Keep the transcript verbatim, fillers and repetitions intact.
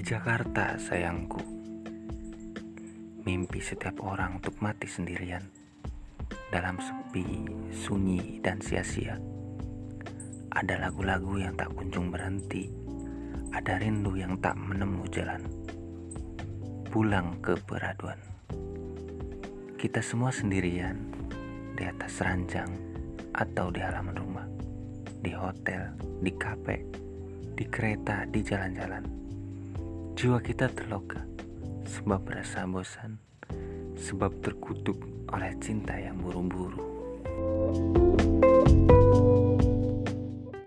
Jakarta sayangku, mimpi setiap orang untuk mati sendirian dalam sepi, sunyi, dan sia-sia. Ada lagu-lagu yang tak kunjung berhenti, ada rindu yang tak menemu jalan. Pulang ke peraduan. Kita semua sendirian di atas ranjang atau di halaman rumah, di hotel, di kafe, di kereta, di jalan-jalan. Jiwa kita terluka sebab rasa bosan, sebab terkutuk oleh cinta yang buru-buru.